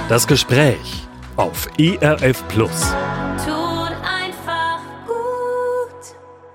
Das Gespräch auf ERF Plus. Tut einfach gut.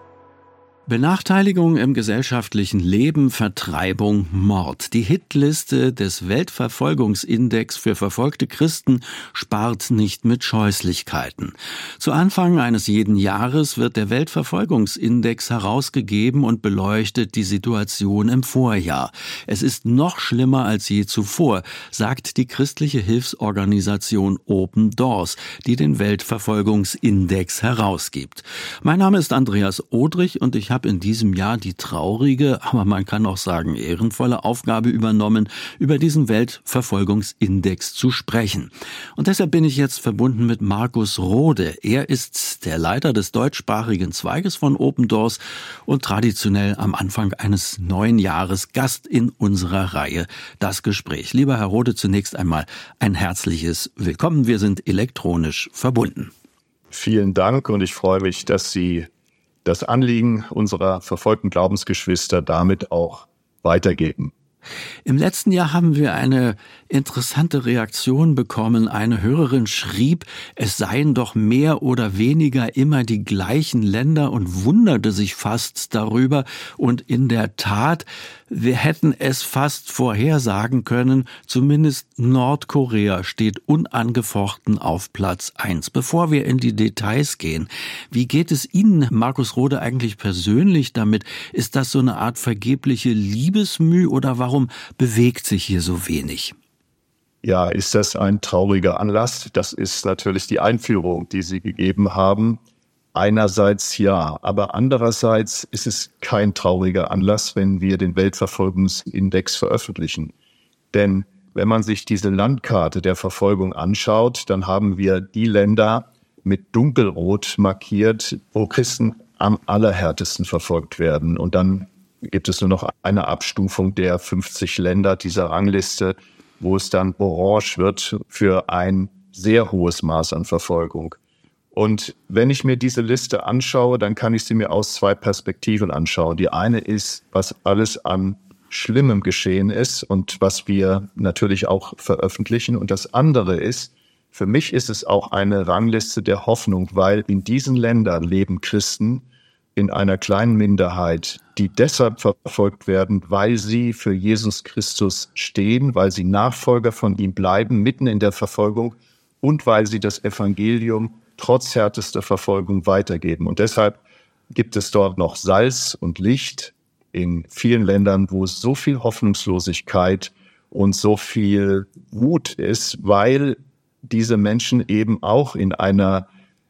Benachteiligung im gesellschaftlichen Leben, Vertreibung, Mord. Die Hitliste des Weltverfolgungsindex für verfolgte Christen spart nicht mit Scheußlichkeiten. Zu Anfang eines jeden Jahres wird der Weltverfolgungsindex herausgegeben und beleuchtet die Situation im Vorjahr. Es ist noch schlimmer als je zuvor, sagt die christliche Hilfsorganisation Open Doors, die den Weltverfolgungsindex herausgibt. Mein Name ist Andreas Odrich und ich habe in diesem Jahr die traurige, aber man kann auch sagen ehrenvolle Aufgabe übernommen, über diesen Weltverfolgungsindex zu sprechen. Und deshalb bin ich jetzt verbunden mit Markus Rode. Er ist der Leiter des deutschsprachigen Zweiges von Open Doors und traditionell am Anfang eines neuen Jahres Gast in unserer Reihe Das Gespräch. Lieber Herr Rode, zunächst einmal ein herzliches Willkommen. Wir sind elektronisch verbunden. Vielen Dank und ich freue mich, dass Sie das Anliegen unserer verfolgten Glaubensgeschwister damit auch weitergeben. Im letzten Jahr haben wir eine interessante Reaktion bekommen. Eine Hörerin schrieb, es seien doch mehr oder weniger immer die gleichen Länder und wunderte sich fast darüber. Und in der Tat, wir hätten es fast vorhersagen können, zumindest Nordkorea steht unangefochten auf Platz 1. Bevor wir in die Details gehen, wie geht es Ihnen, Markus Rode, eigentlich persönlich damit? Ist das so eine Art vergebliche Liebesmüh oder warum bewegt sich hier so wenig? Ja, ist das ein trauriger Anlass? Das ist natürlich die Einführung, die Sie gegeben haben. Einerseits ja, aber andererseits ist es kein trauriger Anlass, wenn wir den Weltverfolgungsindex veröffentlichen. Denn wenn man sich diese Landkarte der Verfolgung anschaut, dann haben wir die Länder mit dunkelrot markiert, wo Christen am allerhärtesten verfolgt werden. Und dann gibt es nur noch eine Abstufung der 50 Länder dieser Rangliste, wo es dann orange wird für ein sehr hohes Maß an Verfolgung. Und wenn ich mir diese Liste anschaue, dann kann ich sie mir aus zwei Perspektiven anschauen. Die eine ist, was alles an Schlimmem geschehen ist und was wir natürlich auch veröffentlichen. Und das andere ist, für mich ist es auch eine Rangliste der Hoffnung, weil in diesen Ländern leben Christen in einer kleinen Minderheit, die deshalb verfolgt werden, weil sie für Jesus Christus stehen, weil sie Nachfolger von ihm bleiben, mitten in der Verfolgung und weil sie das Evangelium trotz härtester Verfolgung weitergeben. Und deshalb gibt es dort noch Salz und Licht in vielen Ländern, wo es so viel Hoffnungslosigkeit und so viel Wut ist, weil diese Menschen eben auch in einer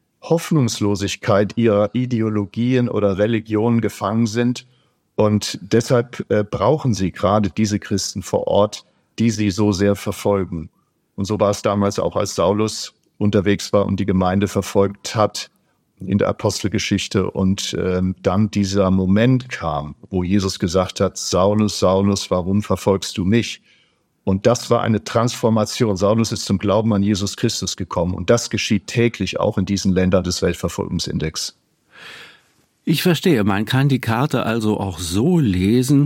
Hoffnungslosigkeit ihrer Ideologien oder Religionen gefangen sind. Und deshalb brauchen sie gerade diese Christen vor Ort, die sie so sehr verfolgen. Und so war es damals auch, als Saulus unterwegs war und die Gemeinde verfolgt hat in der Apostelgeschichte. Und dann dieser Moment kam, wo Jesus gesagt hat, Saulus, Saulus, warum verfolgst du mich? Und das war eine Transformation. Saulus ist zum Glauben an Jesus Christus gekommen. Und das geschieht täglich auch in diesen Ländern des Weltverfolgungsindex. Ich verstehe, man kann die Karte also auch so lesen,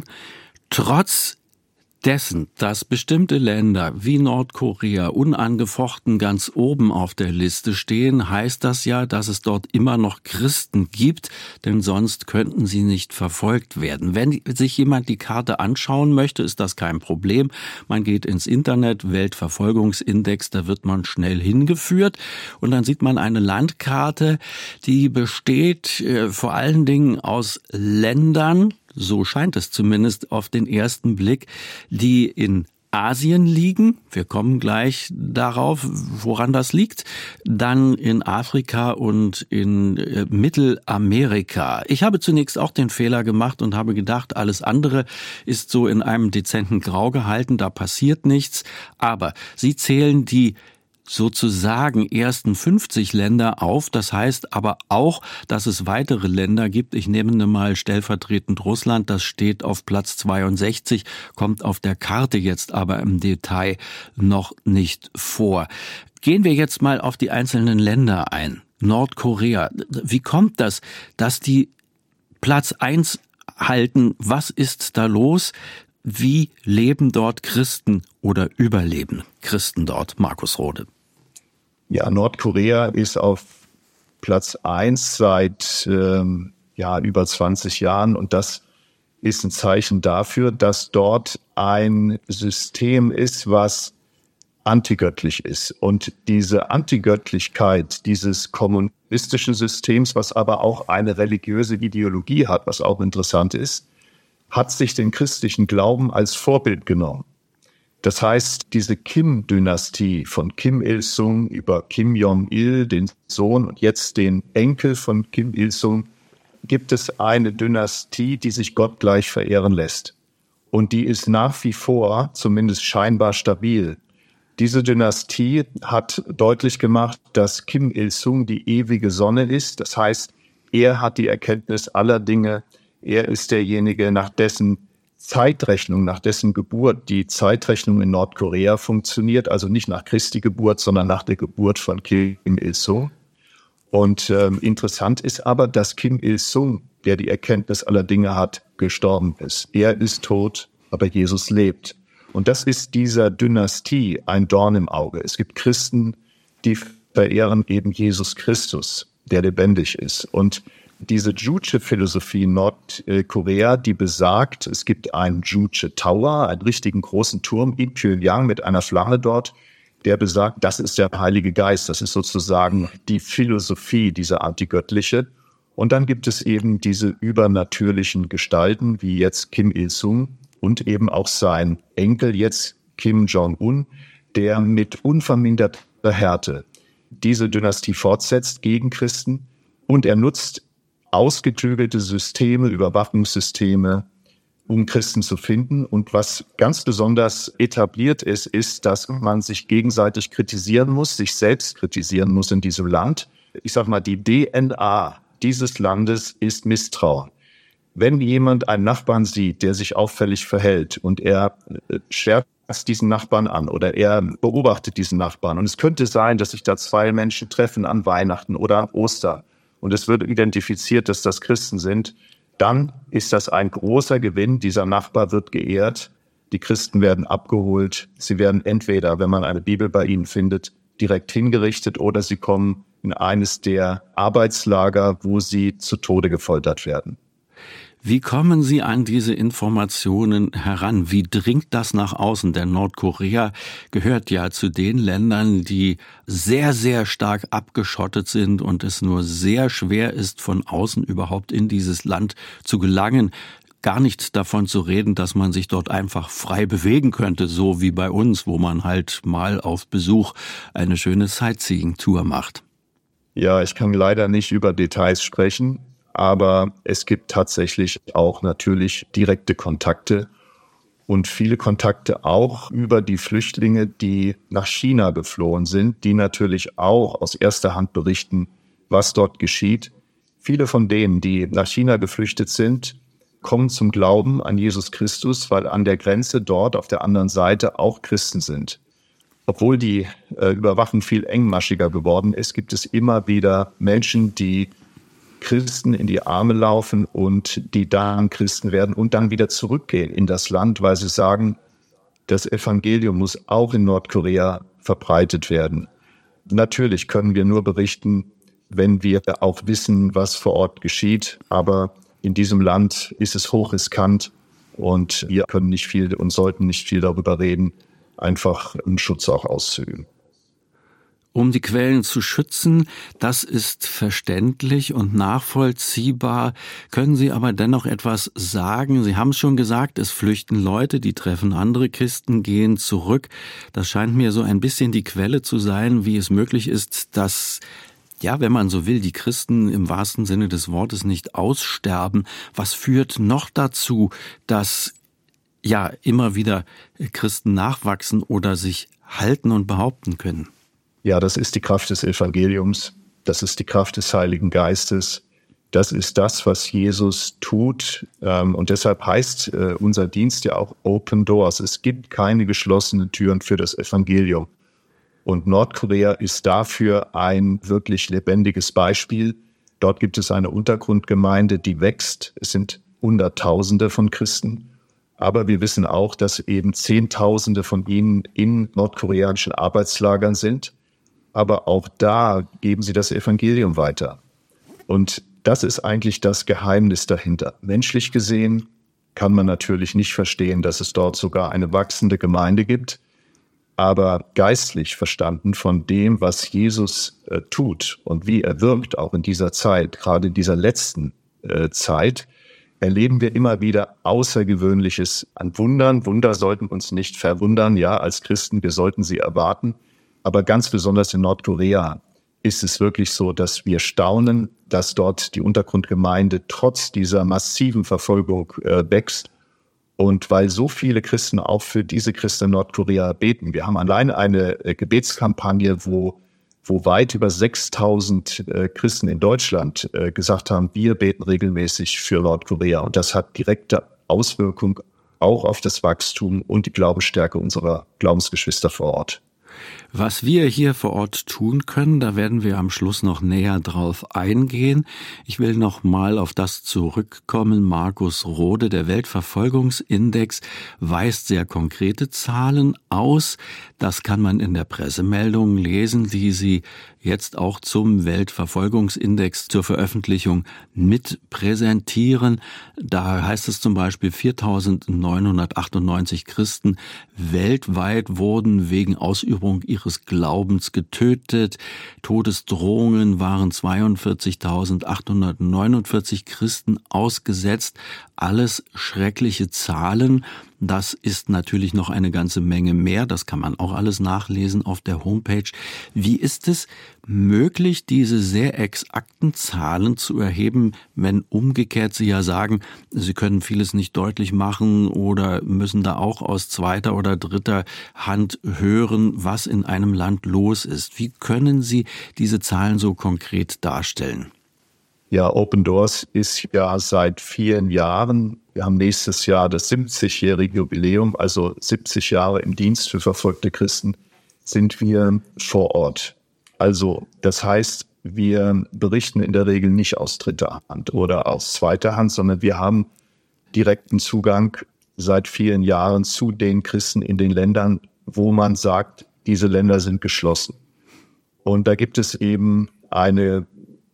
trotz dessen, dass bestimmte Länder wie Nordkorea unangefochten ganz oben auf der Liste stehen, heißt das ja, dass es dort immer noch Christen gibt, denn sonst könnten sie nicht verfolgt werden. Wenn sich jemand die Karte anschauen möchte, ist das kein Problem. Man geht ins Internet, Weltverfolgungsindex, da wird man schnell hingeführt und dann sieht man eine Landkarte, die besteht vor allen Dingen aus Ländern, so scheint es zumindest auf den ersten Blick, die in Asien liegen. Wir kommen gleich darauf, woran das liegt. Dann in Afrika und in Mittelamerika. Ich habe zunächst auch den Fehler gemacht und habe gedacht, alles andere ist so in einem dezenten Grau gehalten, da passiert nichts. Aber Sie zählen die sozusagen ersten 50 Länder auf. Das heißt aber auch, dass es weitere Länder gibt. Ich nehme mal stellvertretend Russland. Das steht auf Platz 62, kommt auf der Karte jetzt aber im Detail noch nicht vor. Gehen wir jetzt mal auf die einzelnen Länder ein. Nordkorea. Wie kommt das, dass die Platz 1 halten? Was ist da los? Wie leben dort Christen oder überleben Christen dort, Markus Rode? Ja, Nordkorea ist auf Platz 1 seit über 20 Jahren und das ist ein Zeichen dafür, dass dort ein System ist, was antigöttlich ist. Und diese Antigöttlichkeit dieses kommunistischen Systems, was aber auch eine religiöse Ideologie hat, was auch interessant ist, hat sich den christlichen Glauben als Vorbild genommen. Das heißt, diese Kim-Dynastie von Kim Il-sung über Kim Jong-il, den Sohn und jetzt den Enkel von Kim Il-sung, gibt es eine Dynastie, die sich Gott gleich verehren lässt. Und die ist nach wie vor zumindest scheinbar stabil. Diese Dynastie hat deutlich gemacht, dass Kim Il-sung die ewige Sonne ist. Das heißt, er hat die Erkenntnis aller Dinge. Er ist derjenige, nach dessen Zeitrechnung, nach dessen Geburt die Zeitrechnung in Nordkorea funktioniert. Also nicht nach Christi Geburt, sondern nach der Geburt von Kim Il-sung. Und interessant ist aber, dass Kim Il-sung, der die Erkenntnis aller Dinge hat, gestorben ist. Er ist tot, aber Jesus lebt. Und das ist dieser Dynastie ein Dorn im Auge. Es gibt Christen, die verehren eben Jesus Christus, der lebendig ist. Und diese Juche-Philosophie in Nordkorea, die besagt, es gibt einen Juche Tower, einen richtigen großen Turm in Pyongyang mit einer Flamme dort, der besagt, das ist der Heilige Geist. Das ist sozusagen die Philosophie, diese antigöttliche. Und dann gibt es eben diese übernatürlichen Gestalten, wie jetzt Kim Il-sung und eben auch sein Enkel, jetzt Kim Jong-un, der mit unverminderter Härte diese Dynastie fortsetzt gegen Christen. Und er nutzt ausgeklügelte Systeme, Überwachungssysteme, um Christen zu finden. Und was ganz besonders etabliert ist, ist, dass man sich gegenseitig kritisieren muss, sich selbst kritisieren muss in diesem Land. Ich sage mal, die DNA dieses Landes ist Misstrauen. Wenn jemand einen Nachbarn sieht, der sich auffällig verhält und er scherzt diesen Nachbarn an oder er beobachtet diesen Nachbarn und es könnte sein, dass sich da zwei Menschen treffen an Weihnachten oder an Ostern und es wird identifiziert, dass das Christen sind, dann ist das ein großer Gewinn. Dieser Nachbar wird geehrt, die Christen werden abgeholt, sie werden entweder, wenn man eine Bibel bei ihnen findet, direkt hingerichtet oder sie kommen in eines der Arbeitslager, wo sie zu Tode gefoltert werden. Wie kommen Sie an diese Informationen heran? Wie dringt das nach außen? Denn Nordkorea gehört ja zu den Ländern, die sehr, sehr stark abgeschottet sind und es nur sehr schwer ist, von außen überhaupt in dieses Land zu gelangen. Gar nicht davon zu reden, dass man sich dort einfach frei bewegen könnte, so wie bei uns, wo man halt mal auf Besuch eine schöne Sightseeing-Tour macht. Ja, ich kann leider nicht über Details sprechen. Aber es gibt tatsächlich auch natürlich direkte Kontakte und viele Kontakte auch über die Flüchtlinge, die nach China geflohen sind, die natürlich auch aus erster Hand berichten, was dort geschieht. Viele von denen, die nach China geflüchtet sind, kommen zum Glauben an Jesus Christus, weil an der Grenze dort auf der anderen Seite auch Christen sind. Obwohl die Überwachung viel engmaschiger geworden ist, gibt es immer wieder Menschen, die Christen in die Arme laufen und die dann Christen werden und dann wieder zurückgehen in das Land, weil sie sagen, das Evangelium muss auch in Nordkorea verbreitet werden. Natürlich können wir nur berichten, wenn wir auch wissen, was vor Ort geschieht, aber in diesem Land ist es hochriskant und wir können nicht viel und sollten nicht viel darüber reden, einfach einen Schutz auch auszuüben. Um die Quellen zu schützen, das ist verständlich und nachvollziehbar. Können Sie aber dennoch etwas sagen? Sie haben es schon gesagt, es flüchten Leute, die treffen andere Christen, gehen zurück. Das scheint mir so ein bisschen die Quelle zu sein, wie es möglich ist, dass, ja, wenn man so will, die Christen im wahrsten Sinne des Wortes nicht aussterben. Was führt noch dazu, dass ja immer wieder Christen nachwachsen oder sich halten und behaupten können? Ja, das ist die Kraft des Evangeliums, das ist die Kraft des Heiligen Geistes, das ist das, was Jesus tut. Und deshalb heißt unser Dienst ja auch Open Doors. Es gibt keine geschlossenen Türen für das Evangelium. Und Nordkorea ist dafür ein wirklich lebendiges Beispiel. Dort gibt es eine Untergrundgemeinde, die wächst. Es sind Hunderttausende von Christen. Aber wir wissen auch, dass eben Zehntausende von ihnen in nordkoreanischen Arbeitslagern sind. Aber auch da geben sie das Evangelium weiter. Und das ist eigentlich das Geheimnis dahinter. Menschlich gesehen kann man natürlich nicht verstehen, dass es dort sogar eine wachsende Gemeinde gibt. Aber geistlich verstanden von dem, was Jesus tut und wie er wirkt, auch in dieser Zeit, gerade in dieser letzten Zeit, erleben wir immer wieder Außergewöhnliches an Wundern. Wunder sollten uns nicht verwundern, ja, als Christen, wir sollten sie erwarten. Aber ganz besonders in Nordkorea ist es wirklich so, dass wir staunen, dass dort die Untergrundgemeinde trotz dieser massiven Verfolgung wächst. Und weil so viele Christen auch für diese Christen in Nordkorea beten. Wir haben allein eine Gebetskampagne, wo weit über 6.000 Christen in Deutschland gesagt haben, wir beten regelmäßig für Nordkorea. Und das hat direkte Auswirkung auch auf das Wachstum und die Glaubensstärke unserer Glaubensgeschwister vor Ort. Was wir hier vor Ort tun können, da werden wir am Schluss noch näher drauf eingehen. Ich will noch mal auf das zurückkommen. Markus Rode, der Weltverfolgungsindex, weist sehr konkrete Zahlen aus. Das kann man in der Pressemeldung lesen, die Sie jetzt auch zum Weltverfolgungsindex zur Veröffentlichung mit präsentieren. Da heißt es zum Beispiel, 4.998 Christen weltweit wurden wegen Ausübung ihres Glaubens getötet. Todesdrohungen waren 42.849 Christen ausgesetzt. Alles schreckliche Zahlen. Das ist natürlich noch eine ganze Menge mehr. Das kann man auch alles nachlesen auf der Homepage. Wie ist es möglich, diese sehr exakten Zahlen zu erheben, wenn umgekehrt Sie ja sagen, Sie können vieles nicht deutlich machen oder müssen da auch aus zweiter oder dritter Hand hören, was in einem Land los ist? Wie können Sie diese Zahlen so konkret darstellen? Ja, Open Doors ist ja seit vielen Jahren, wir haben nächstes Jahr das 70-jährige Jubiläum, also 70 Jahre im Dienst für verfolgte Christen, sind wir vor Ort. Also das heißt, wir berichten in der Regel nicht aus dritter Hand oder aus zweiter Hand, sondern wir haben direkten Zugang seit vielen Jahren zu den Christen in den Ländern, wo man sagt, diese Länder sind geschlossen. Und da gibt es eben eine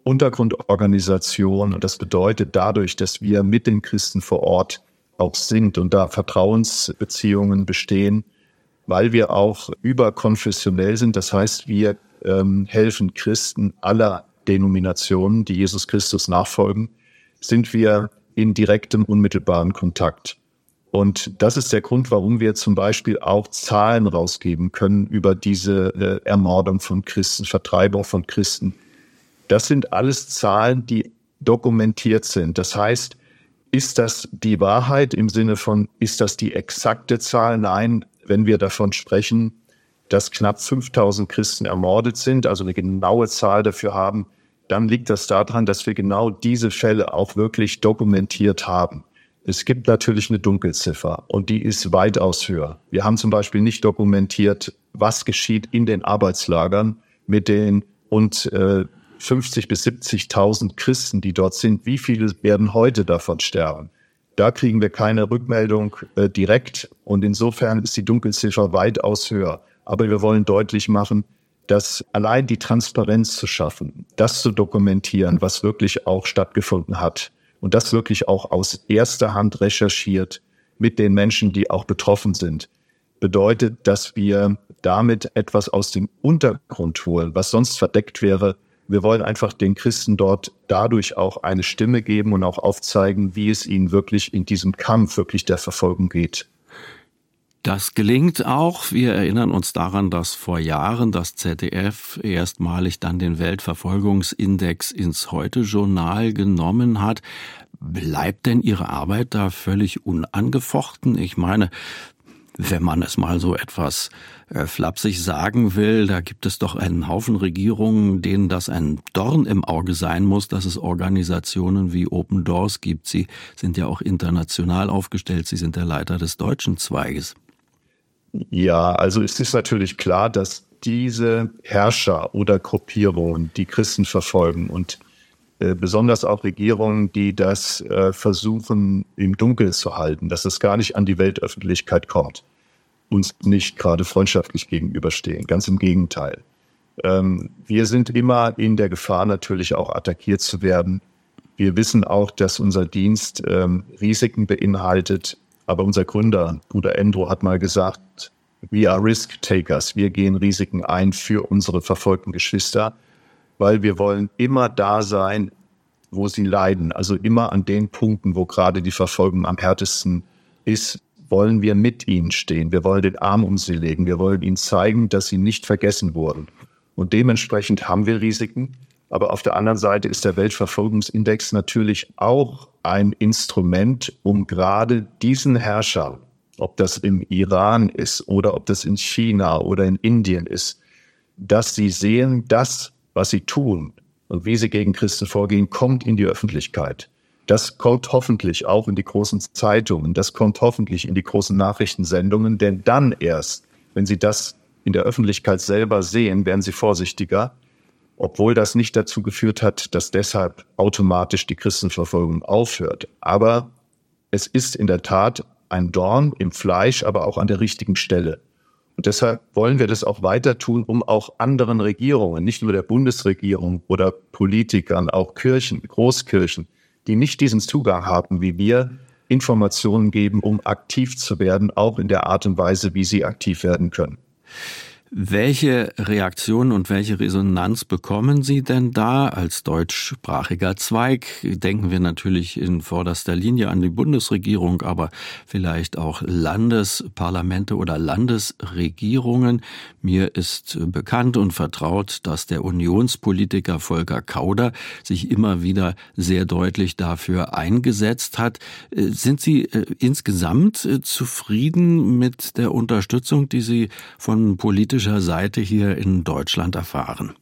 Untergrundorganisation, und das bedeutet dadurch, dass wir mit den Christen vor Ort auch sind und da Vertrauensbeziehungen bestehen, weil wir auch überkonfessionell sind. Das heißt, wir helfen Christen aller Denominationen, die Jesus Christus nachfolgen, sind wir in direktem, unmittelbaren Kontakt. Und das ist der Grund, warum wir zum Beispiel auch Zahlen rausgeben können über diese Ermordung von Christen, Vertreibung von Christen. Das sind alles Zahlen, die dokumentiert sind. Das heißt, ist das die Wahrheit im Sinne von, ist das die exakte Zahl? Nein, wenn wir davon sprechen, dass knapp 5.000 Christen ermordet sind, also eine genaue Zahl dafür haben, dann liegt das daran, dass wir genau diese Fälle auch wirklich dokumentiert haben. Es gibt natürlich eine Dunkelziffer und die ist weitaus höher. Wir haben zum Beispiel nicht dokumentiert, was geschieht in den Arbeitslagern mit den 50.000 bis 70.000 Christen, die dort sind. Wie viele werden heute davon sterben? Da kriegen wir keine Rückmeldung direkt und insofern ist die Dunkelziffer weitaus höher. Aber wir wollen deutlich machen, dass allein die Transparenz zu schaffen, das zu dokumentieren, was wirklich auch stattgefunden hat und das wirklich auch aus erster Hand recherchiert mit den Menschen, die auch betroffen sind, bedeutet, dass wir damit etwas aus dem Untergrund holen, was sonst verdeckt wäre. Wir wollen einfach den Christen dort dadurch auch eine Stimme geben und auch aufzeigen, wie es ihnen wirklich in diesem Kampf wirklich der Verfolgung geht. Das gelingt auch. Wir erinnern uns daran, dass vor Jahren das ZDF erstmalig dann den Weltverfolgungsindex ins Heute-Journal genommen hat. Bleibt denn Ihre Arbeit da völlig unangefochten? Ich meine, wenn man es mal so etwas flapsig sagen will, da gibt es doch einen Haufen Regierungen, denen das ein Dorn im Auge sein muss, dass es Organisationen wie Open Doors gibt. Sie sind ja auch international aufgestellt. Sie sind der Leiter des deutschen Zweiges. Ja, also es ist natürlich klar, dass diese Herrscher oder Gruppierungen, die Christen verfolgen und besonders auch Regierungen, die das versuchen, im Dunkeln zu halten, dass es gar nicht an die Weltöffentlichkeit kommt, uns nicht gerade freundschaftlich gegenüberstehen. Ganz im Gegenteil. Wir sind immer in der Gefahr, natürlich auch attackiert zu werden. Wir wissen auch, dass unser Dienst Risiken beinhaltet. Aber unser Gründer, Bruder Endro, hat mal gesagt, we are risk takers. Wir gehen Risiken ein für unsere verfolgten Geschwister, weil wir wollen immer da sein, wo sie leiden. Also immer an den Punkten, wo gerade die Verfolgung am härtesten ist, wollen wir mit ihnen stehen. Wir wollen den Arm um sie legen. Wir wollen ihnen zeigen, dass sie nicht vergessen wurden. Und dementsprechend haben wir Risiken. Aber auf der anderen Seite ist der Weltverfolgungsindex natürlich auch ein Instrument, um gerade diesen Herrschern, ob das im Iran ist oder ob das in China oder in Indien ist, dass sie sehen, das, was sie tun und wie sie gegen Christen vorgehen, kommt in die Öffentlichkeit. Das kommt hoffentlich auch in die großen Zeitungen, das kommt hoffentlich in die großen Nachrichtensendungen, denn dann erst, wenn sie das in der Öffentlichkeit selber sehen, werden sie vorsichtiger, obwohl das nicht dazu geführt hat, dass deshalb automatisch die Christenverfolgung aufhört. Aber es ist in der Tat ein Dorn im Fleisch, aber auch an der richtigen Stelle. Und deshalb wollen wir das auch weiter tun, um auch anderen Regierungen, nicht nur der Bundesregierung oder Politikern, auch Kirchen, Großkirchen, die nicht diesen Zugang haben wie wir, Informationen geben, um aktiv zu werden, auch in der Art und Weise, wie sie aktiv werden können. Welche Reaktion und welche Resonanz bekommen Sie denn da als deutschsprachiger Zweig? Denken wir natürlich in vorderster Linie an die Bundesregierung, aber vielleicht auch Landesparlamente oder Landesregierungen. Mir ist bekannt und vertraut, dass der Unionspolitiker Volker Kauder sich immer wieder sehr deutlich dafür eingesetzt hat. Sind Sie insgesamt zufrieden mit der Unterstützung, die Sie von politischer Seite hier in Deutschland erfahren?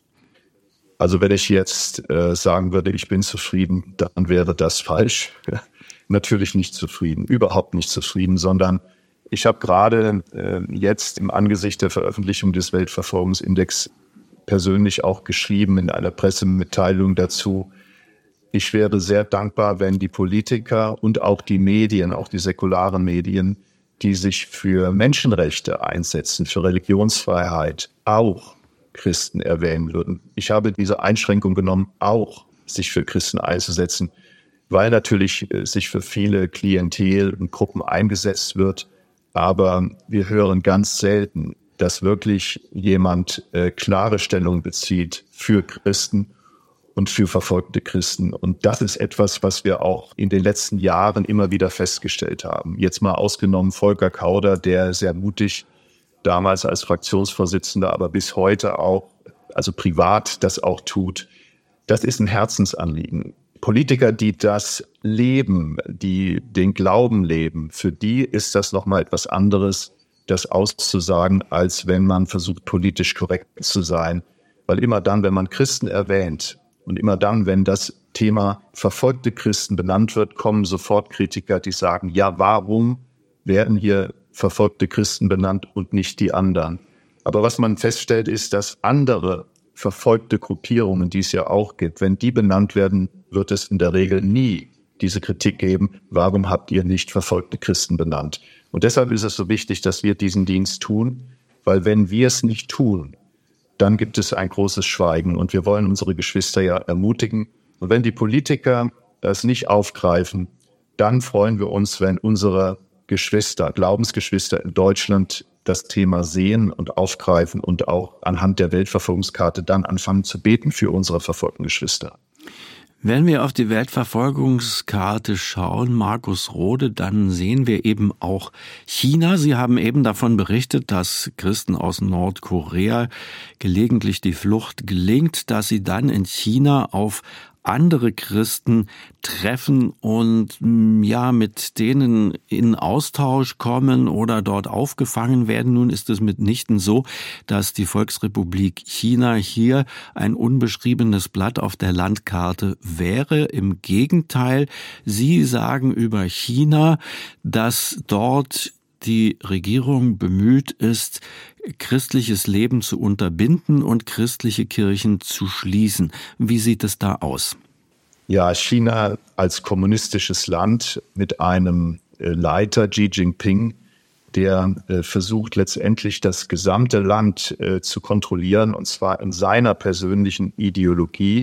Also wenn ich jetzt sagen würde, ich bin zufrieden, dann wäre das falsch. Natürlich nicht zufrieden, überhaupt nicht zufrieden, sondern ich habe gerade jetzt im Angesicht der Veröffentlichung des Weltverfolgungsindex persönlich auch geschrieben in einer Pressemitteilung dazu, ich wäre sehr dankbar, wenn die Politiker und auch die Medien, auch die säkularen Medien, die sich für Menschenrechte einsetzen, für Religionsfreiheit, auch Christen erwähnen würden. Ich habe diese Einschränkung genommen, auch sich für Christen einzusetzen, weil natürlich sich für viele Klientel und Gruppen eingesetzt wird. Aber wir hören ganz selten, dass wirklich jemand klare Stellung bezieht für Christen und für verfolgte Christen. Und das ist etwas, was wir auch in den letzten Jahren immer wieder festgestellt haben. Jetzt mal ausgenommen Volker Kauder, der sehr mutig damals als Fraktionsvorsitzender, aber bis heute auch, also privat das auch tut. Das ist ein Herzensanliegen. Politiker, die das leben, die den Glauben leben, für die ist das nochmal etwas anderes, das auszusagen, als wenn man versucht, politisch korrekt zu sein. Weil immer dann, wenn man Christen erwähnt, und immer dann, wenn das Thema verfolgte Christen benannt wird, kommen sofort Kritiker, die sagen, ja, warum werden hier verfolgte Christen benannt und nicht die anderen? Aber was man feststellt, ist, dass andere verfolgte Gruppierungen, die es ja auch gibt, wenn die benannt werden, wird es in der Regel nie diese Kritik geben, warum habt ihr nicht verfolgte Christen benannt? Und deshalb ist es so wichtig, dass wir diesen Dienst tun, weil wenn wir es nicht tun, dann gibt es ein großes Schweigen und wir wollen unsere Geschwister ja ermutigen. Und wenn die Politiker das nicht aufgreifen, dann freuen wir uns, wenn unsere Geschwister, Glaubensgeschwister in Deutschland das Thema sehen und aufgreifen und auch anhand der Weltverfolgungskarte dann anfangen zu beten für unsere verfolgten Geschwister. Wenn wir auf die Weltverfolgungskarte schauen, Markus Rode, dann sehen wir eben auch China. Sie haben eben davon berichtet, dass Christen aus Nordkorea gelegentlich die Flucht gelingt, dass sie dann in China auf andere Christen treffen und ja mit denen in Austausch kommen oder dort aufgefangen werden. Nun ist es mitnichten so, dass die Volksrepublik China hier ein unbeschriebenes Blatt auf der Landkarte wäre. Im Gegenteil, Sie sagen über China, dass dort die Regierung bemüht ist, christliches Leben zu unterbinden und christliche Kirchen zu schließen. Wie sieht es da aus? Ja, China als kommunistisches Land mit einem Leiter, Xi Jinping, der versucht letztendlich das gesamte Land zu kontrollieren, und zwar in seiner persönlichen Ideologie.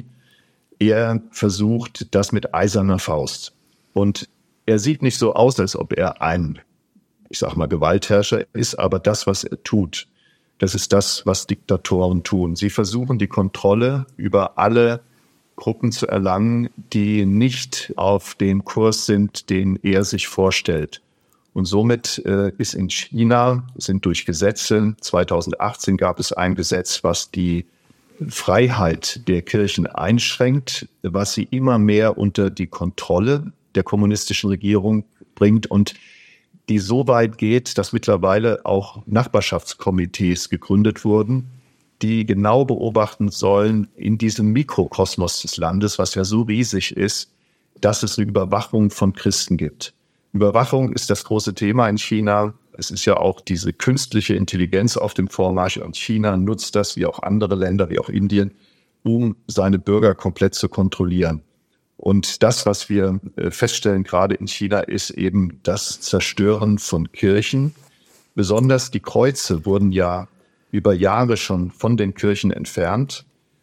Er versucht das mit eiserner Faust. Und er sieht nicht so aus, als ob er ein, ich sag mal, Gewaltherrscher ist, aber das, was er tut, das ist das, was Diktatoren tun. Sie versuchen, die Kontrolle über alle Gruppen zu erlangen, die nicht auf dem Kurs sind, den er sich vorstellt. Und somit ist in China, sind durch Gesetze, 2018 gab es ein Gesetz, was die Freiheit der Kirchen einschränkt, was sie immer mehr unter die Kontrolle der kommunistischen Regierung bringt und die so weit geht, dass mittlerweile auch Nachbarschaftskomitees gegründet wurden, die genau beobachten sollen in diesem Mikrokosmos des Landes, was ja so riesig ist, dass es eine Überwachung von Christen gibt. Überwachung ist das große Thema in China. Es ist ja auch diese künstliche Intelligenz auf dem Vormarsch und China nutzt das, wie auch andere Länder, wie auch Indien, um seine Bürger komplett zu kontrollieren. Und das, was wir feststellen gerade in China, ist eben das Zerstören von Kirchen. Besonders die Kreuze wurden ja über Jahre schon von den Kirchen entfernt.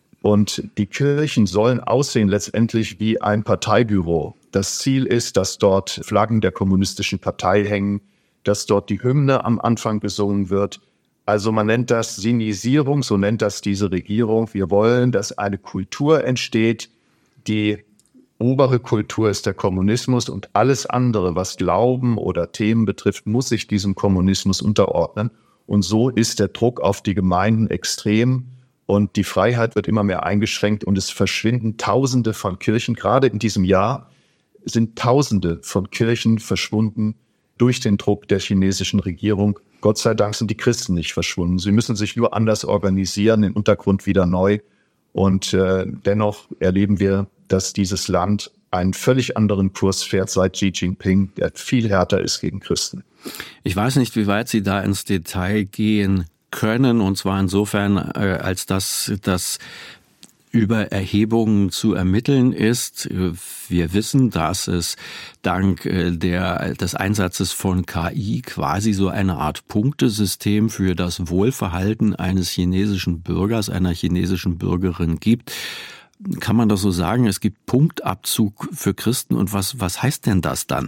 Und die Kirchen sollen aussehen letztendlich wie ein Parteibüro. Das Ziel ist, dass dort Flaggen der kommunistischen Partei hängen, dass dort die Hymne am Anfang gesungen wird. Also man nennt das Sinisierung, so nennt das diese Regierung. Wir wollen, dass eine Kultur entsteht, die obere Kultur ist der Kommunismus und alles andere, was Glauben oder Themen betrifft, muss sich diesem Kommunismus unterordnen. Und so ist der Druck auf die Gemeinden extrem und die Freiheit wird immer mehr eingeschränkt und es verschwinden Tausende von Kirchen. Gerade in diesem Jahr sind Tausende von Kirchen verschwunden durch den Druck der chinesischen Regierung. Gott sei Dank sind die Christen nicht verschwunden. Sie müssen sich nur anders organisieren, den Untergrund wieder neu. Und dennoch erleben wir, dass dieses Land einen völlig anderen Kurs fährt seit Xi Jinping, der viel härter ist gegen Christen. Ich weiß nicht, wie weit Sie da ins Detail gehen können, und zwar insofern, als dass das über Erhebungen zu ermitteln ist. Wir wissen, dass es dank des Einsatzes von KI quasi so eine Art Punktesystem für das Wohlverhalten eines chinesischen Bürgers, einer chinesischen Bürgerin gibt. Kann man das so sagen? Es gibt Punktabzug für Christen. Und was heißt denn das dann?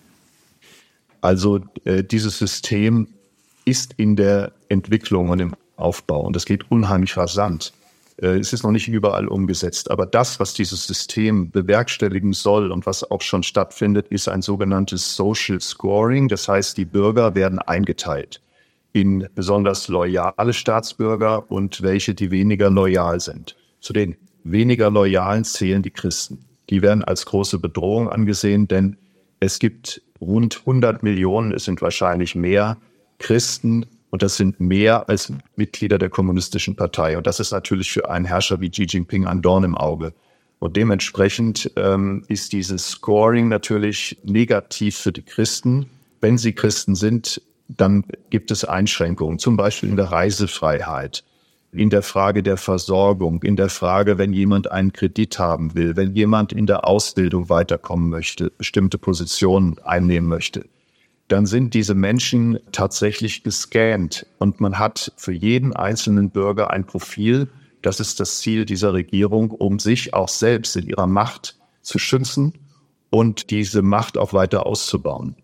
Also dieses System ist in der Entwicklung und im Aufbau und es geht unheimlich rasant. Es ist noch nicht überall umgesetzt, aber das, was dieses System bewerkstelligen soll und was auch schon stattfindet, ist ein sogenanntes Social Scoring. Das heißt, die Bürger werden eingeteilt in besonders loyale Staatsbürger und welche, die weniger loyal sind. Zu den weniger Loyalen zählen die Christen. Die werden als große Bedrohung angesehen, denn es gibt rund 100 Millionen, es sind wahrscheinlich mehr Christen und das sind mehr als Mitglieder der Kommunistischen Partei. Und das ist natürlich für einen Herrscher wie Xi Jinping ein Dorn im Auge. Und dementsprechend ist dieses Scoring natürlich negativ für die Christen. Wenn sie Christen sind, dann gibt es Einschränkungen, zum Beispiel in der Reisefreiheit, in der Frage der Versorgung, in der Frage, wenn jemand einen Kredit haben will, wenn jemand in der Ausbildung weiterkommen möchte, bestimmte Positionen einnehmen möchte, dann sind diese Menschen tatsächlich gescannt und man hat für jeden einzelnen Bürger ein Profil. Das ist das Ziel dieser Regierung, um sich auch selbst in ihrer Macht zu schützen und diese Macht auch weiter auszubauen.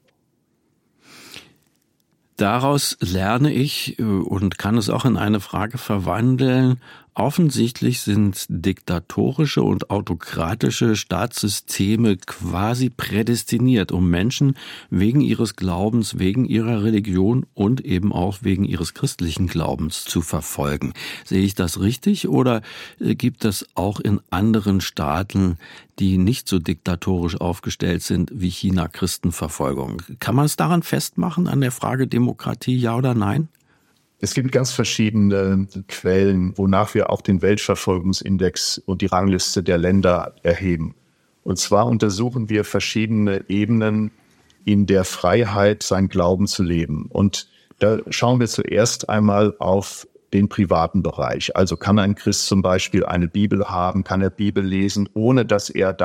Daraus lerne ich und kann es auch in eine Frage verwandeln. Offensichtlich sind diktatorische und autokratische Staatssysteme quasi prädestiniert, um Menschen wegen ihres Glaubens, wegen ihrer Religion und eben auch wegen ihres christlichen Glaubens zu verfolgen. Sehe ich das richtig oder gibt es auch in anderen Staaten, die nicht so diktatorisch aufgestellt sind wie China, Christenverfolgung? Kann man es daran festmachen, an der Frage Demokratie, ja oder nein? Es gibt ganz verschiedene Quellen, wonach wir auch den Weltverfolgungsindex und die Rangliste der Länder erheben. Und zwar untersuchen wir verschiedene Ebenen in der Freiheit, sein Glauben zu leben. Und da schauen wir zuerst einmal auf den privaten Bereich. Also kann ein Christ zum Beispiel eine Bibel haben, kann er Bibel lesen, ohne dass er da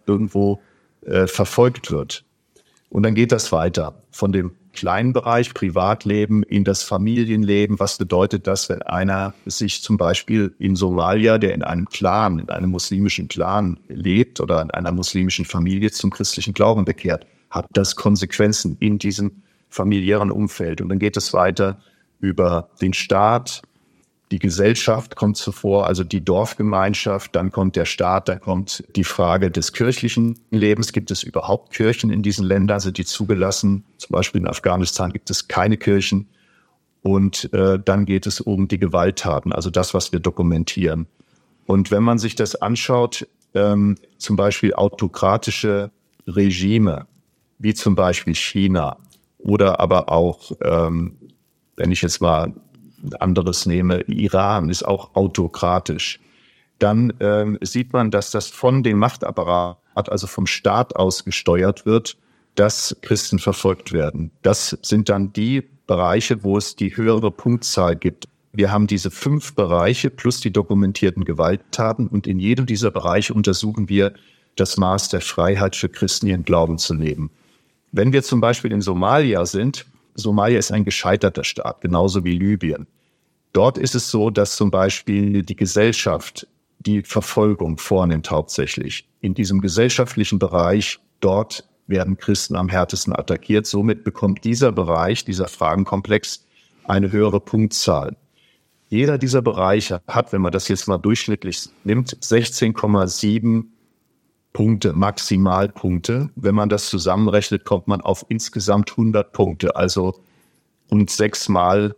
irgendwo verfolgt wird. Und dann geht das weiter von dem kleinen Bereich Privatleben in das Familienleben. Was bedeutet das, wenn einer sich zum Beispiel in Somalia, der in einem Clan, in einem muslimischen Clan lebt oder in einer muslimischen Familie zum christlichen Glauben bekehrt? Hat das Konsequenzen in diesem familiären Umfeld? Und dann geht es weiter über den Staat. Die Gesellschaft kommt zuvor, also die Dorfgemeinschaft, dann kommt der Staat, dann kommt die Frage des kirchlichen Lebens. Gibt es überhaupt Kirchen in diesen Ländern? Sind die zugelassen? Zum Beispiel in Afghanistan gibt es keine Kirchen. Und dann geht es um die Gewalttaten, also das, was wir dokumentieren. Und wenn man sich das anschaut, zum Beispiel autokratische Regime, wie zum Beispiel China oder aber auch, wenn ich jetzt mal anderes nehme, Iran ist auch autokratisch, dann sieht man, dass das von dem Machtapparat, also vom Staat aus gesteuert wird, dass Christen verfolgt werden. Das sind dann die Bereiche, wo es die höhere Punktzahl gibt. Wir haben diese 5 Bereiche plus die dokumentierten Gewalttaten und in jedem dieser Bereiche untersuchen wir das Maß der Freiheit für Christen, ihren Glauben zu leben. Wenn wir zum Beispiel in Somalia sind, Somalia ist ein gescheiterter Staat, genauso wie Libyen. Dort ist es so, dass zum Beispiel die Gesellschaft die Verfolgung vornimmt hauptsächlich. In diesem gesellschaftlichen Bereich, dort werden Christen am härtesten attackiert. Somit bekommt dieser Bereich, dieser Fragenkomplex eine höhere Punktzahl. Jeder dieser Bereiche hat, wenn man das jetzt mal durchschnittlich nimmt, 16,7 Punkte, Maximalpunkte. Wenn man das zusammenrechnet, kommt man auf insgesamt 100 Punkte. Also rund 6 mal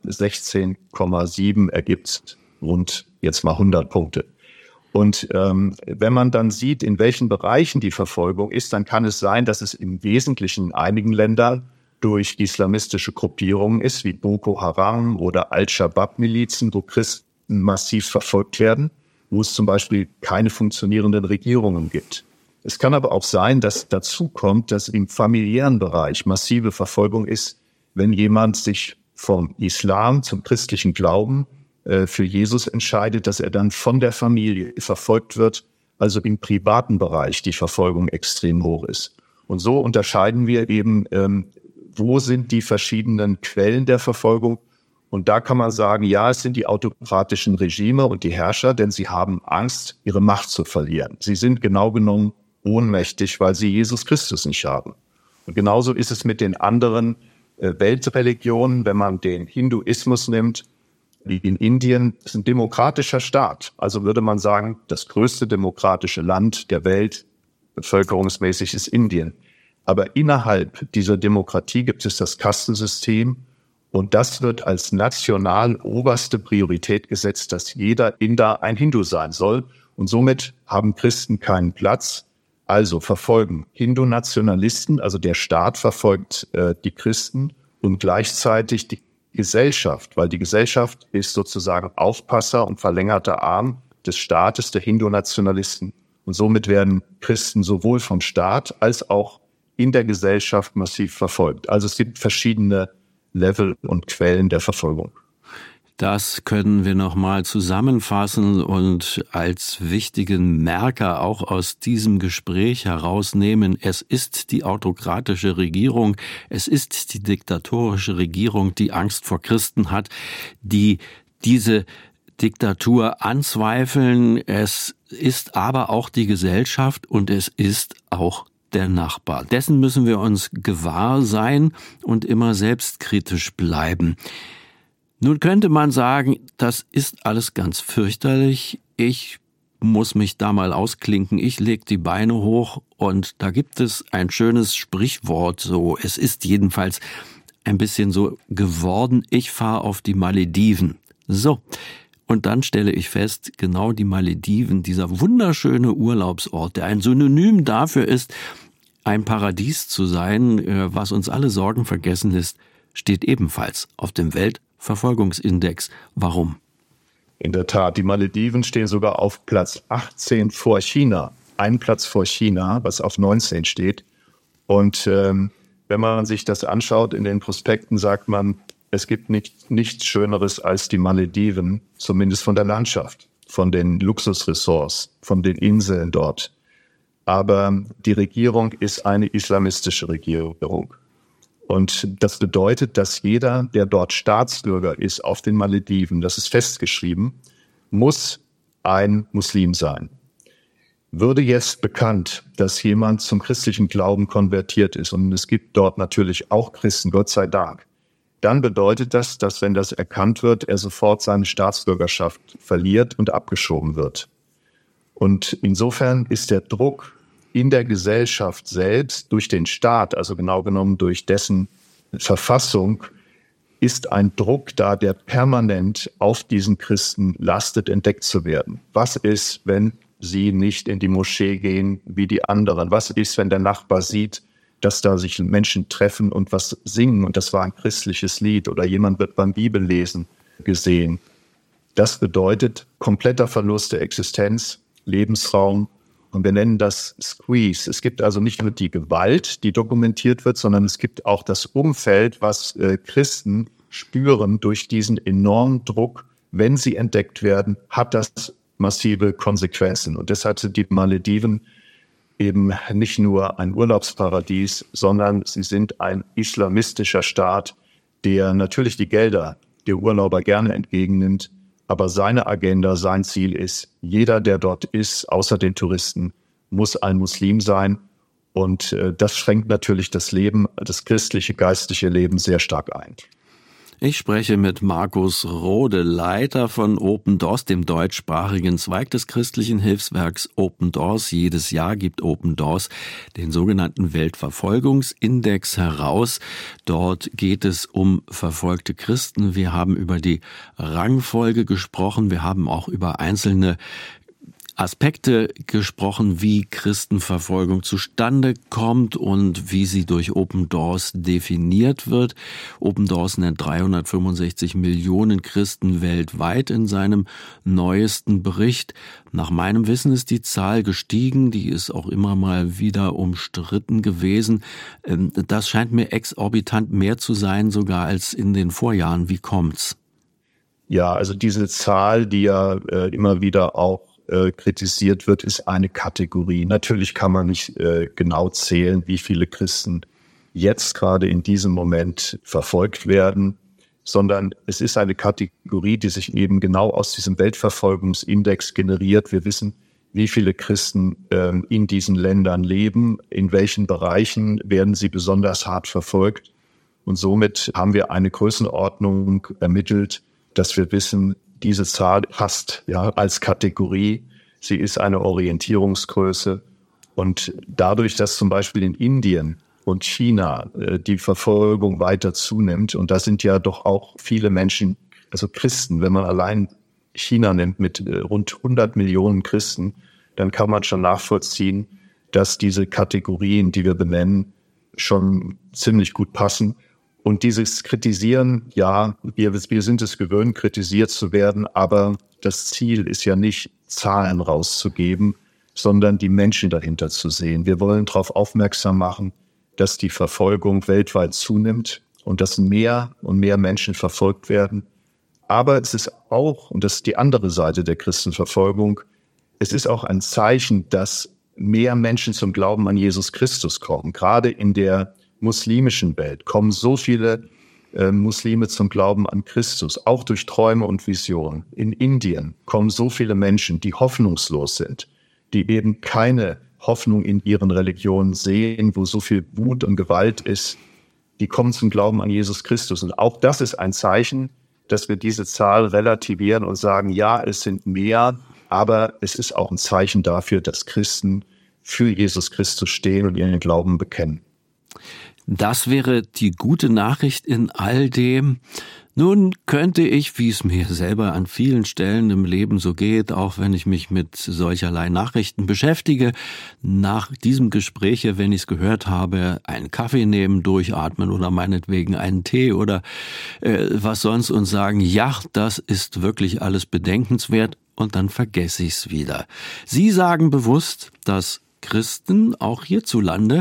16,7 ergibt rund jetzt mal 100 Punkte. Und wenn man dann sieht, in welchen Bereichen die Verfolgung ist, dann kann es sein, dass es im Wesentlichen in einigen Ländern durch islamistische Gruppierungen ist, wie Boko Haram oder Al-Shabaab-Milizen, wo Christen massiv verfolgt werden, wo es zum Beispiel keine funktionierenden Regierungen gibt. Es kann aber auch sein, dass dazu kommt, dass im familiären Bereich massive Verfolgung ist, wenn jemand sich vom Islam zum christlichen Glauben für Jesus entscheidet, dass er dann von der Familie verfolgt wird, also im privaten Bereich die Verfolgung extrem hoch ist. Und so unterscheiden wir eben, wo sind die verschiedenen Quellen der Verfolgung. Und da kann man sagen, ja, es sind die autokratischen Regime und die Herrscher, denn sie haben Angst, ihre Macht zu verlieren. Sie sind genau genommen ohnmächtig, weil sie Jesus Christus nicht haben. Und genauso ist es mit den anderen Weltreligionen, wenn man den Hinduismus nimmt, wie in Indien, ist ein demokratischer Staat. Also würde man sagen, das größte demokratische Land der Welt, bevölkerungsmäßig, ist Indien. Aber innerhalb dieser Demokratie gibt es das Kastensystem und das wird als national oberste Priorität gesetzt, dass jeder Inder ein Hindu sein soll. Und somit haben Christen keinen Platz. Also verfolgen Hindu-Nationalisten, also der Staat verfolgt die Christen und gleichzeitig die Gesellschaft, weil die Gesellschaft ist sozusagen Aufpasser und verlängerter Arm des Staates, der Hindu-Nationalisten. Und somit werden Christen sowohl vom Staat als auch in der Gesellschaft massiv verfolgt. Also es gibt verschiedene Level und Quellen der Verfolgung. Das können wir nochmal zusammenfassen und als wichtigen Merker auch aus diesem Gespräch herausnehmen. Es ist die autokratische Regierung, es ist die diktatorische Regierung, die Angst vor Christen hat, die diese Diktatur anzweifeln. Es ist aber auch die Gesellschaft und es ist auch der Nachbar. Dessen müssen wir uns gewahr sein und immer selbstkritisch bleiben. Nun könnte man sagen, das ist alles ganz fürchterlich. Ich muss mich da mal ausklinken. Ich leg die Beine hoch und da gibt es ein schönes Sprichwort so. Es ist jedenfalls ein bisschen so geworden. Ich fahre auf die Malediven. So. Und dann stelle ich fest, genau die Malediven, dieser wunderschöne Urlaubsort, der ein Synonym dafür ist, ein Paradies zu sein, was uns alle Sorgen vergessen lässt, steht ebenfalls auf dem Weltverfolgungsindex. Warum? In der Tat, die Malediven stehen sogar auf Platz 18 vor China. Ein Platz vor China, was auf 19 steht. Und wenn man sich das anschaut, in den Prospekten sagt man, es gibt nichts Schöneres als die Malediven, zumindest von der Landschaft, von den Luxusressorts, von den Inseln dort. aber die Regierung ist eine islamistische Regierung. Und das bedeutet, dass jeder, der dort Staatsbürger ist auf den Malediven, das ist festgeschrieben, muss ein Muslim sein. Würde jetzt bekannt, dass jemand zum christlichen Glauben konvertiert ist, und es gibt dort natürlich auch Christen, Gott sei Dank, dann bedeutet das, dass wenn das erkannt wird, er sofort seine Staatsbürgerschaft verliert und abgeschoben wird. Und insofern ist der Druck in der Gesellschaft selbst durch den Staat, also genau genommen durch dessen Verfassung, ist ein Druck da, der permanent auf diesen Christen lastet, entdeckt zu werden. Was ist, wenn sie nicht in die Moschee gehen wie die anderen? Was ist, wenn der Nachbar sieht, dass da sich Menschen treffen und was singen und das war ein christliches Lied oder jemand wird beim Bibellesen gesehen? Das bedeutet kompletter Verlust der Existenz, Lebensraum. Und wir nennen das Squeeze. Es gibt also nicht nur die Gewalt, die dokumentiert wird, sondern es gibt auch das Umfeld, was Christen spüren durch diesen enormen Druck. Wenn sie entdeckt werden, hat das massive Konsequenzen. Und deshalb sind die Malediven eben nicht nur ein Urlaubsparadies, sondern sie sind ein islamistischer Staat, der natürlich die Gelder der Urlauber gerne entgegennimmt, aber seine Agenda, sein Ziel ist, jeder, der dort ist, außer den Touristen, muss ein Muslim sein. Und das schränkt natürlich das Leben, das christliche, geistliche Leben sehr stark ein. Ich spreche mit Markus Rode, Leiter von Open Doors, dem deutschsprachigen Zweig des christlichen Hilfswerks Open Doors. Jedes Jahr gibt Open Doors den sogenannten Weltverfolgungsindex heraus. Dort geht es um verfolgte Christen. Wir haben über die Rangfolge gesprochen. Wir haben auch über einzelne Aspekte gesprochen, wie Christenverfolgung zustande kommt und wie sie durch Open Doors definiert wird. Open Doors nennt 365 Millionen Christen weltweit in seinem neuesten Bericht. Nach meinem Wissen ist die Zahl gestiegen, die ist auch immer mal wieder umstritten gewesen. Das scheint mir exorbitant mehr zu sein, sogar als in den Vorjahren. Wie kommt's? Ja, also diese Zahl, die ja immer wieder auch kritisiert wird, ist eine Kategorie. Natürlich kann man nicht genau zählen, wie viele Christen jetzt gerade in diesem Moment verfolgt werden, sondern es ist eine Kategorie, die sich eben genau aus diesem Weltverfolgungsindex generiert. Wir wissen, wie viele Christen in diesen Ländern leben, in welchen Bereichen werden sie besonders hart verfolgt. Und somit haben wir eine Größenordnung ermittelt, dass wir wissen, diese Zahl passt ja als Kategorie. Sie ist eine Orientierungsgröße. Und dadurch, dass zum Beispiel in Indien und China die Verfolgung weiter zunimmt, und da sind ja doch auch viele Menschen, also Christen, wenn man allein China nimmt mit rund 100 Millionen Christen, dann kann man schon nachvollziehen, dass diese Kategorien, die wir benennen, schon ziemlich gut passen. Und dieses Kritisieren, ja, wir sind es gewöhnt, kritisiert zu werden, aber das Ziel ist ja nicht, Zahlen rauszugeben, sondern die Menschen dahinter zu sehen. Wir wollen darauf aufmerksam machen, dass die Verfolgung weltweit zunimmt und dass mehr und mehr Menschen verfolgt werden. Aber es ist auch, und das ist die andere Seite der Christenverfolgung, es ist auch ein Zeichen, dass mehr Menschen zum Glauben an Jesus Christus kommen. Gerade in der muslimischen Welt kommen so viele Muslime zum Glauben an Christus, auch durch Träume und Visionen. In Indien kommen so viele Menschen, die hoffnungslos sind, die eben keine Hoffnung in ihren Religionen sehen, wo so viel Wut und Gewalt ist, die kommen zum Glauben an Jesus Christus. Und auch das ist ein Zeichen, dass wir diese Zahl relativieren und sagen, ja, es sind mehr, aber es ist auch ein Zeichen dafür, dass Christen für Jesus Christus stehen und ihren Glauben bekennen. Das wäre die gute Nachricht in all dem. Nun könnte ich, wie es mir selber an vielen Stellen im Leben so geht, auch wenn ich mich mit solcherlei Nachrichten beschäftige, nach diesem Gespräch, wenn ich es gehört habe, einen Kaffee nehmen, durchatmen oder meinetwegen einen Tee oder was sonst und sagen, ja, das ist wirklich alles bedenkenswert und dann vergesse ich es wieder. Sie sagen bewusst, dass Christen, auch hierzulande,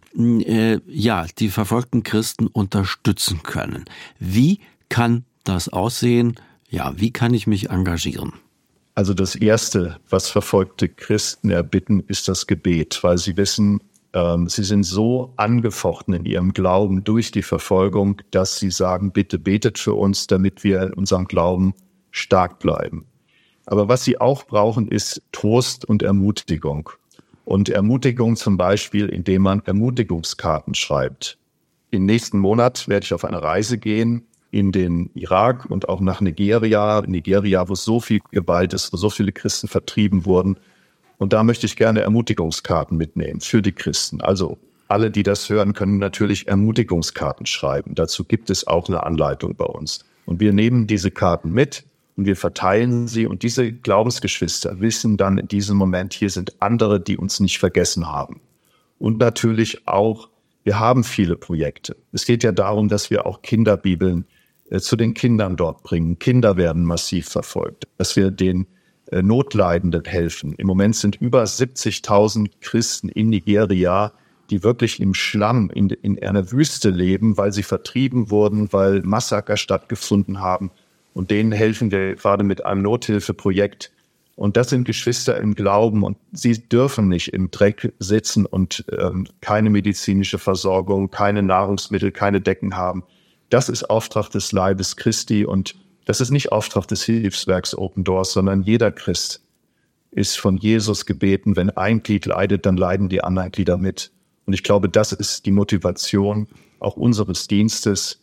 die verfolgten Christen unterstützen können. Wie kann das aussehen? Ja, wie kann ich mich engagieren? Also das Erste, was verfolgte Christen erbitten, ist das Gebet, weil sie wissen, sie sind so angefochten in ihrem Glauben durch die Verfolgung, dass sie sagen, bitte betet für uns, damit wir in unserem Glauben stark bleiben. Aber was sie auch brauchen, ist Trost und Ermutigung. Und Ermutigung zum Beispiel, indem man Ermutigungskarten schreibt. Im nächsten Monat werde ich auf eine Reise gehen in den Irak und auch nach Nigeria. Nigeria, wo so viel Gewalt ist, wo so viele Christen vertrieben wurden. Und da möchte ich gerne Ermutigungskarten mitnehmen für die Christen. Also alle, die das hören, können natürlich Ermutigungskarten schreiben. Dazu gibt es auch eine Anleitung bei uns. Und wir nehmen diese Karten mit und wir verteilen sie. Und diese Glaubensgeschwister wissen dann in diesem Moment, hier sind andere, die uns nicht vergessen haben. Und natürlich auch, wir haben viele Projekte. Es geht ja darum, dass wir auch Kinderbibeln zu den Kindern dort bringen. Kinder werden massiv verfolgt, dass wir den Notleidenden helfen. Im Moment sind über 70.000 Christen in Nigeria, die wirklich im Schlamm in einer Wüste leben, weil sie vertrieben wurden, weil Massaker stattgefunden haben. Und denen helfen wir gerade mit einem Nothilfeprojekt. Und das sind Geschwister im Glauben und sie dürfen nicht im Dreck sitzen und keine medizinische Versorgung, keine Nahrungsmittel, keine Decken haben. Das ist Auftrag des Leibes Christi und das ist nicht Auftrag des Hilfswerks Open Doors, sondern jeder Christ ist von Jesus gebeten, wenn ein Glied leidet, dann leiden die anderen Glieder mit. Und ich glaube, das ist die Motivation auch unseres Dienstes.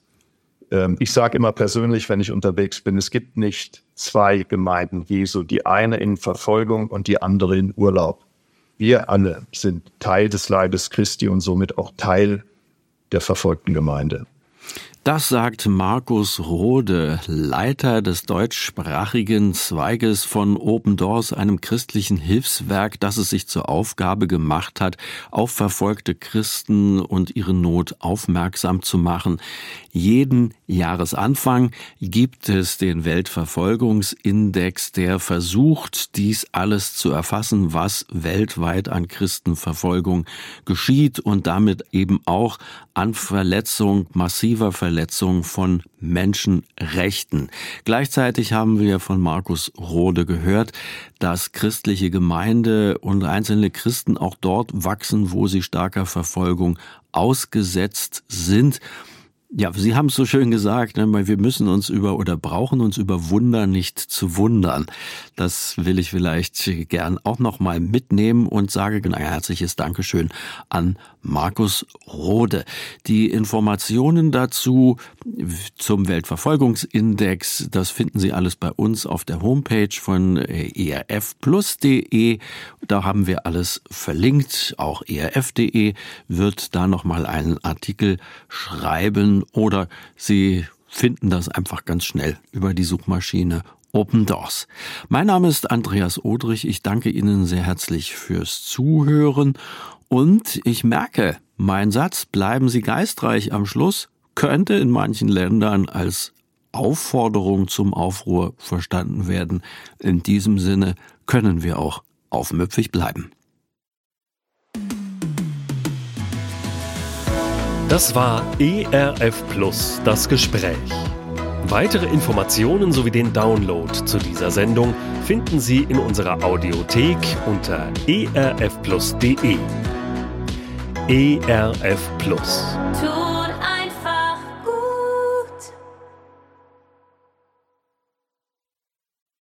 Ich sage immer persönlich, wenn ich unterwegs bin, es gibt nicht zwei Gemeinden Jesu, die eine in Verfolgung und die andere in Urlaub. Wir alle sind Teil des Leibes Christi und somit auch Teil der verfolgten Gemeinde. Das sagt Markus Rode, Leiter des deutschsprachigen Zweiges von Open Doors, einem christlichen Hilfswerk, das es sich zur Aufgabe gemacht hat, auf verfolgte Christen und ihre Not aufmerksam zu machen. Jeden Jahresanfang gibt es den Weltverfolgungsindex, der versucht, dies alles zu erfassen, was weltweit an Christenverfolgung geschieht und damit eben auch an massiver Verletzung von Menschenrechten. Gleichzeitig haben wir von Markus Rode gehört, dass christliche Gemeinde und einzelne Christen auch dort wachsen, wo sie starker Verfolgung ausgesetzt sind. Ja, Sie haben es so schön gesagt, wir müssen uns brauchen uns über Wunder nicht zu wundern. Das will ich vielleicht gern auch noch mal mitnehmen und sage ein herzliches Dankeschön an Markus Rode. Die Informationen dazu zum Weltverfolgungsindex, das finden Sie alles bei uns auf der Homepage von erfplus.de. Da haben wir alles verlinkt. Auch erf.de wird da noch mal einen Artikel schreiben. Oder Sie finden das einfach ganz schnell über die Suchmaschine Open Doors. Mein Name ist Andreas Odrich. Ich danke Ihnen sehr herzlich fürs Zuhören. Und ich merke, mein Satz, bleiben Sie geistreich am Schluss, könnte in manchen Ländern als Aufforderung zum Aufruhr verstanden werden. In diesem Sinne können wir auch aufmüpfig bleiben. Das war ERF Plus, das Gespräch. Weitere Informationen sowie den Download zu dieser Sendung finden Sie in unserer Audiothek unter erfplus.de. ERF Plus.